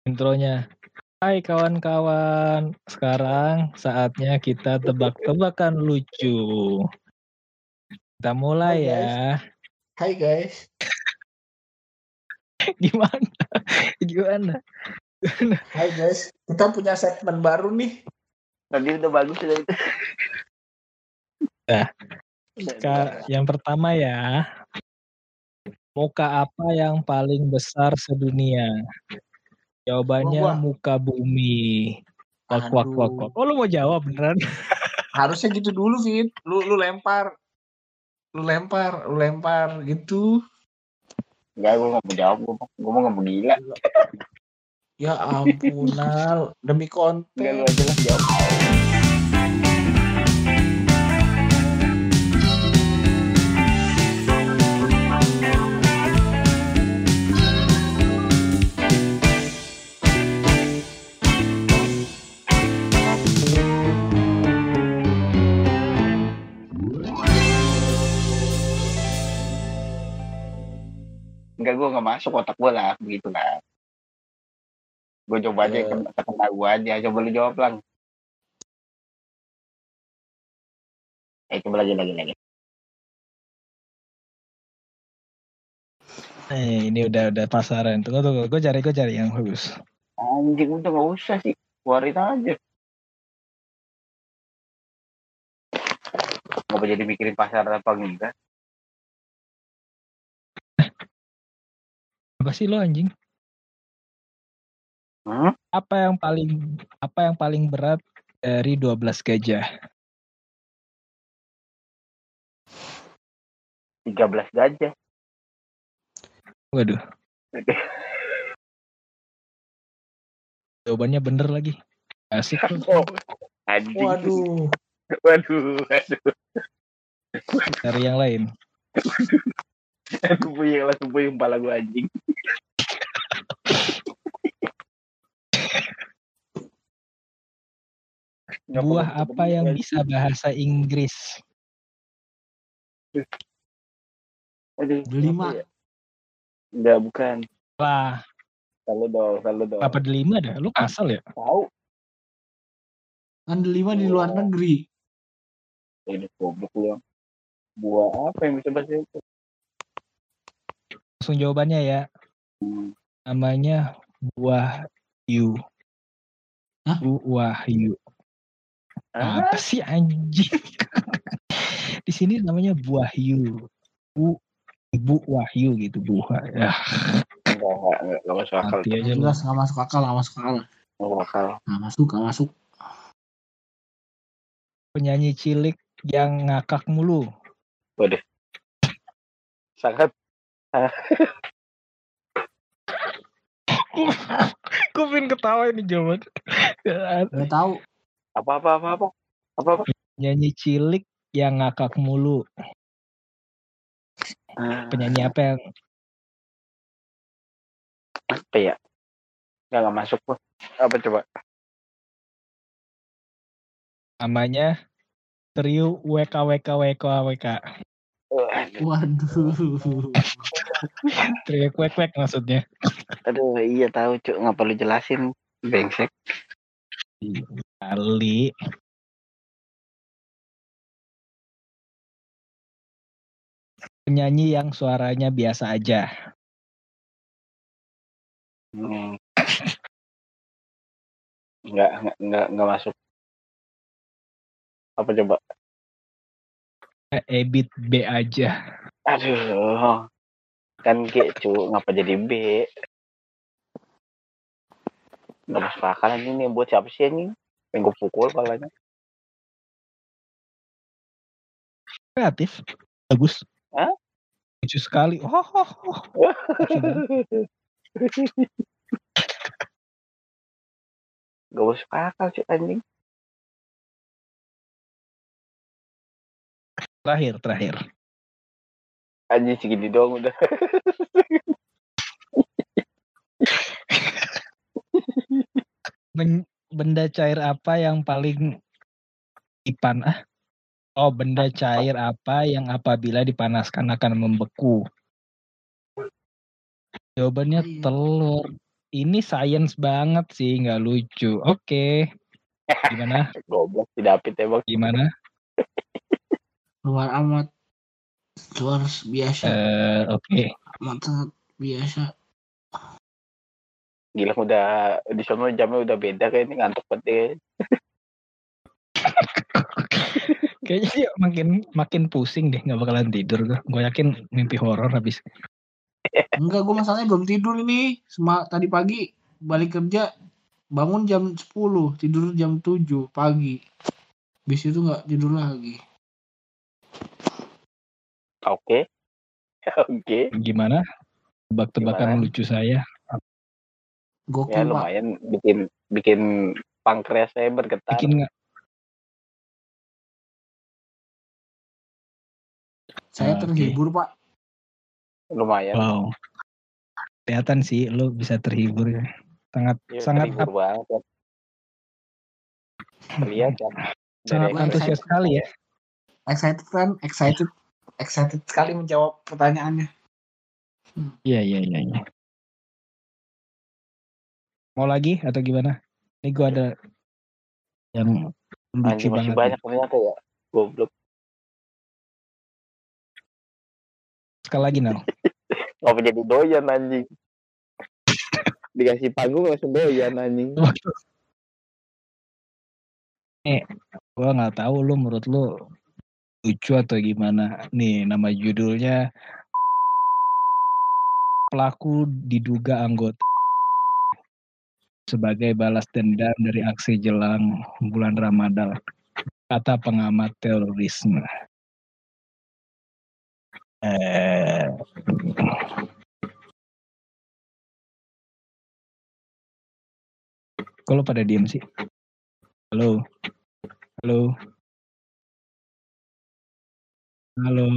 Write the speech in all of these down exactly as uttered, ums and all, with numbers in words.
Intronya. Hai kawan-kawan, sekarang saatnya kita tebak-tebakan lucu. Kita mulai Hai, ya. Hai guys. Gimana? Gimana? Hai guys. Kita punya segmen baru nih. Tadi udah bagus sudah itu. Nah, Ka- yang pertama ya. Muka apa yang paling besar sedunia? Jawabannya Gua, gua. muka bumi. Wak wak wak wak. Oh lu mau jawab beneran? Harusnya gitu dulu, Fit. Lu lu lempar. Lu lempar, lu lempar gitu. Enggak, gue gak mau jawab. Gue mau gak mau gila. Ya ampun, Nal. Demi konten. Enggak, lu aja lah jawab. Enggak, gue gak masuk otak gue lah. Begitu lah. Gue coba aja, Uh, kena gue aja. Coba lu jawab lang. Eh, coba lagi, lagi, lagi. Eh, ini udah udah pasaran. Tunggu tunggu, gue cari gue cari yang bagus. Anjing, udah gak usah sih. Keluarin aja. Gak jadi mikirin pasar apa enggak. Apa sih lo anjing? Hmm? Apa yang paling apa yang paling berat dari dua belas gajah? tiga belas gajah. Waduh. Jawabannya bener lagi. Asik. Oh, anjing. waduh. Waduh, waduh. Dari yang lain. Aku puyeng, langsung puyeng kepala gue anjing. Buah apa yang bisa bahasa Inggris? Aduh, Delima. ya? Enggak, bukan. Lah, Selalu dong, selalu dong. apa delima dah? Lu asal ya? Tahu. Kan delima di luar negeri. Ini goblok lu. Buah apa yang bisa bahasa itu? Langsung jawabannya ya. Hmm. Namanya buah yu. Hah? Bu Wahyu. Ah? Apa sih anjing? Di sini namanya buah yu. Bu Ibu Wahyu gitu, buah. Ya. Enggak, enggak, enggak, enggak masuk akal. Mati aja lu. Jelas nggak masuk akal, nggak masuk akal. Enggak masuk akal. Nggak masuk, nggak masuk. Penyanyi cilik yang ngakak mulu. Waduh. Sangat. Gue pengen ketawa ini jawaban. Nggak tahu. Apa apa apa apa? Apa apa? Penyanyi cilik yang ngakak mulu. Ah, Penyanyi apa yang apa ya? Enggak, enggak masuk gua. Apa coba? namanya Trio W K W K W K W K. Waduh. Trio kwek kwek maksudnya. Aduh, iya tahu, Cuk. Enggak perlu jelasin, brengsek. Kali. Penyanyi yang suaranya biasa aja. Hmm. Enggak, enggak, enggak, enggak masuk. Apa coba? Ebit B aja. Aduh. Kan G, Cuk. Ngapa jadi B? Enggak masuk akal ini buat siapa sih ini? Pengen gue pukul palanya. Kreatif. Bagus. Hah? Lucu sekali. Oh, oh, oh. Gak masuk akal sih anjing. Terakhir, terakhir. Anjing segini doang udah. Benda cair apa yang paling dipan ah? Oh, benda cair apa yang apabila dipanaskan akan membeku? Jawabannya telur. ini science banget sih, nggak lucu. Oke. Gimana? Goblok si David emang. Gimana? Luar amat. Luar biasa. Eh, oke. Amat sangat biasa. Gila udah di sono jamnya udah beda kayak ini ngantuk banget. Kayaknya dia makin makin pusing deh, nggak bakalan tidur gue. Gue yakin mimpi horor habis. Enggak, gue masalahnya belum tidur ini. Sema, tadi pagi balik kerja, bangun jam sepuluh, tidur jam tujuh pagi. Bis itu nggak tidur lagi. Oke. Oke. Gimana? Tebak-tebakan Gimana? lucu saya. Gokil, Ya Pak. lumayan bikin bikin pankreas saya bergetar. Bikin nggak? Saya Oke. terhibur, Pak. Lumayan. Wow. Kelihatan sih lo bisa terhibur ya. Sangat Ya, sangat terhibur ap- banget. Terlihat kan. sangat Dari antusias sekali ya. Excited kan? Excited. Excited sekali menjawab pertanyaannya. Iya iya iya. iya. Mau lagi atau gimana? Ini gue ada yang lucu anjing masih banget. banyak Nih. ternyata ya. Goblok. Sekali lagi Nal. Ngapa jadi doyan anjing. Dikasih panggung langsung doyan anjing. Nih, gue nggak tahu lu menurut lu lucu atau gimana. Nih nama judulnya pelaku diduga anggota sebagai balas dendam dari aksi jelang bulan Ramadan, kata pengamat terorisme. Eh, kalau pada diem sih. Halo, halo, halo,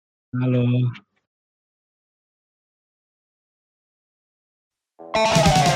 halo.